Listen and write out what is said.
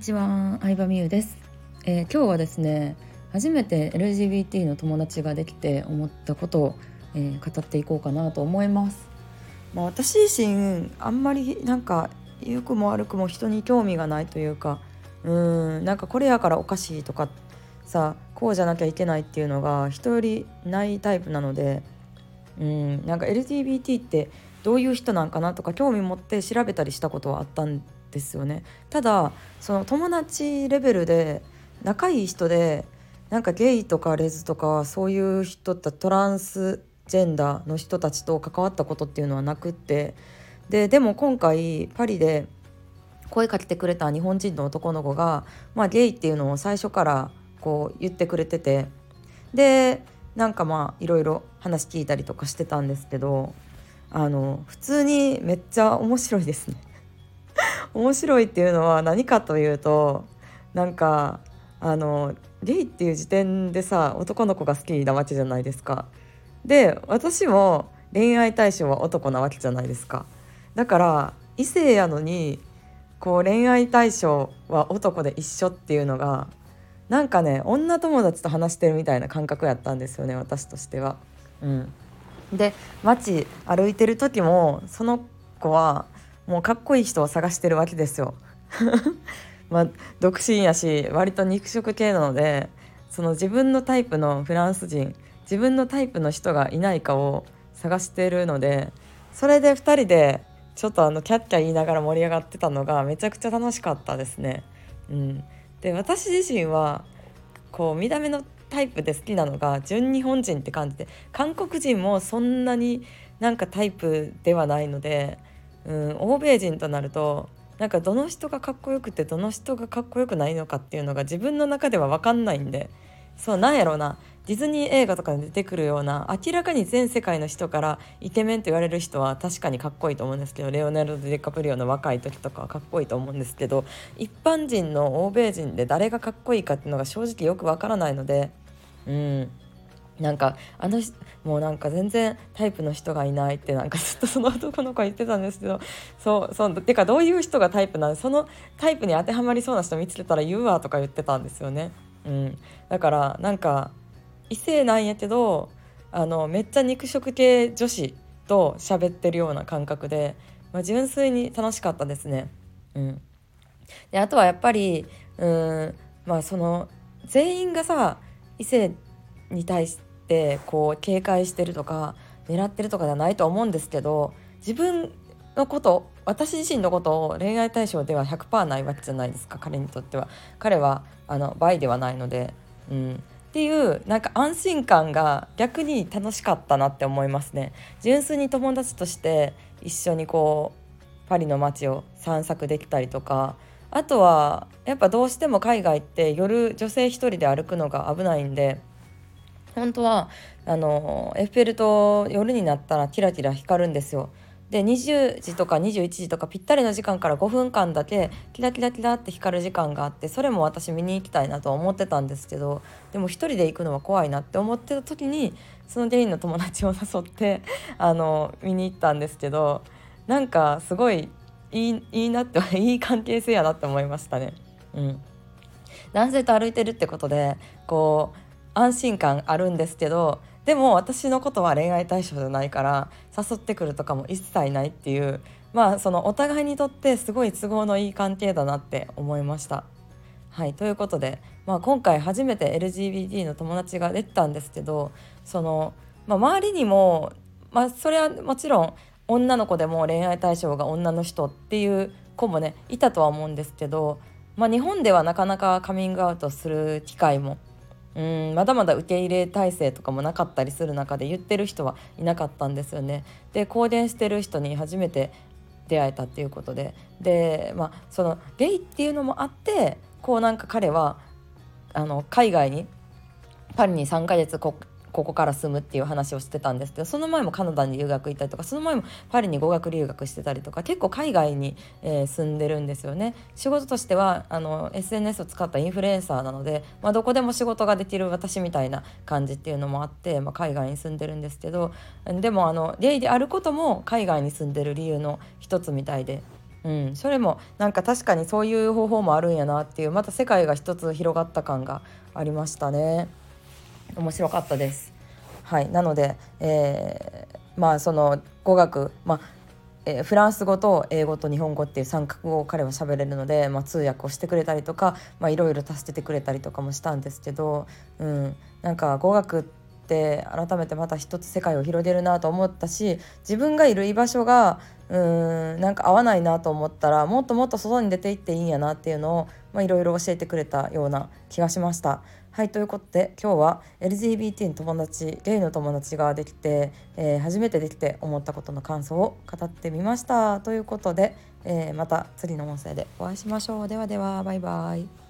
ちは、相葉美優です。今日はですね、初めて LGBT の友達ができて思ったことを、語っていこうかなと思います。私自身あんまり良くも悪くも人に興味がないというか、これやからおかしいとかさ、こうじゃなきゃいけないっていうのが人よりないタイプなので、LGBT ってどういう人なんかなとか興味持って調べたりしたことはあったんですよね。ただその友達レベルで仲いい人でゲイとかレズとかそういう人トランスジェンダーの人たちと関わったことっていうのはなくって、でも今回パリで声かけてくれた日本人の男の子が、ゲイっていうのを最初からこう言ってくれてて、でいろいろ話聞いたりとかしてたんですけど、普通にめっちゃ面白いですね。面白いっていうのは何かというと、ゲイっていう時点でさ、男の子が好きなわけじゃないですか。で私も恋愛対象は男なわけじゃないですか。だから異性やのにこう恋愛対象は男で一緒っていうのが女友達と話してるみたいな感覚やったんですよね、私としては。で街歩いてる時もその子はもうかっこいい人を探してるわけですよ。独身やし割と肉食系なので、その自分のタイプのフランス人、自分のタイプの人がいないかを探してるので、それで2人でちょっとキャッキャ言いながら盛り上がってたのがめちゃくちゃ楽しかったですね。で私自身はこう見た目のタイプで好きなのが純日本人って感じで、韓国人もそんなにタイプではないので、欧米人となるとどの人がかっこよくてどの人がかっこよくないのかっていうのが自分の中では分かんないんで、そうなんやろうな、ディズニー映画とかに出てくるような明らかに全世界の人からイケメンと言われる人は確かにかっこいいと思うんですけど、レオナルド・ディカプリオの若い時とかはかっこいいと思うんですけど、一般人の欧米人で誰がかっこいいかっていうのが正直よくわからないので、もう全然タイプの人がいないってずっとその男の子は言ってたんですけど、そうてかどういう人がタイプそのタイプに当てはまりそうな人見つけたら言うわとか言ってたんですよね。だから異性なんやけどめっちゃ肉食系女子と喋ってるような感覚で、純粋に楽しかったですね。であとはやっぱりその全員がさ、異性に対してこう警戒してるとか狙ってるとかじゃないと思うんですけど、自分のこと私自身のことを恋愛対象では 100% ないわけじゃないですか、彼にとっては。彼はバイではないので、っていう安心感が逆に楽しかったなって思いますね。純粋に友達として一緒にこうパリの街を散策できたりとか、あとはやっぱどうしても海外って夜女性一人で歩くのが危ないんで、本当はエッフェル塔夜になったらキラキラ光るんですよ。で20時とか21時とかぴったりの時間から5分間だけキラキラキラって光る時間があって、それも私見に行きたいなとは思ってたんですけど、でも一人で行くのは怖いなって思ってた時にそのゲイの友達を誘って見に行ったんですけど、すごいいいなっていい関係性やなって思いましたね。男性と歩いてるってことでこう安心感あるんですけど、でも私のことは恋愛対象じゃないから誘ってくるとかも一切ないっていう、そのお互いにとってすごい都合のいい関係だなって思いました。はい、ということで、今回初めて LGBT の友達ができたんですけど、周りにも、それはもちろん女の子でも恋愛対象が女の人っていう子もねいたとは思うんですけど、日本ではなかなかカミングアウトする機会もまだまだ受け入れ体制とかもなかったりする中で言ってる人はいなかったんですよね。で公言してる人に初めて出会えたっていうことで、そのゲイっていうのもあって彼は海外にパリに3ヶ月ここから住むっていう話をしてたんですけど、その前もカナダに留学行ったりとか、その前もパリに語学留学してたりとか、結構海外に、住んでるんですよね。仕事としてはSNS を使ったインフルエンサーなので、どこでも仕事ができる私みたいな感じっていうのもあって、海外に住んでるんですけど、でもゲイであることも海外に住んでる理由の一つみたいで、 それもなんか確かにそういう方法もあるんやなっていう、また世界が一つ広がった感がありましたね。面白かったです。はい、なので、まあその語学、フランス語と英語と日本語っていう3カ国語を彼は喋れるので、通訳をしてくれたりとか、いろいろ助けてくれたりとかもしたんですけど、なんか語学って改めてまた一つ世界を広げるなと思ったし、自分がいる居場所がなんか合わないなと思ったら、もっともっと外に出ていっていいんやなっていうのをいろいろ教えてくれたような気がしました。はい、ということで今日は LGBT の友達、ゲイの友達ができて、初めてできて思ったことの感想を語ってみましたということで、また次の音声でお会いしましょう。ではでは、バイバイ。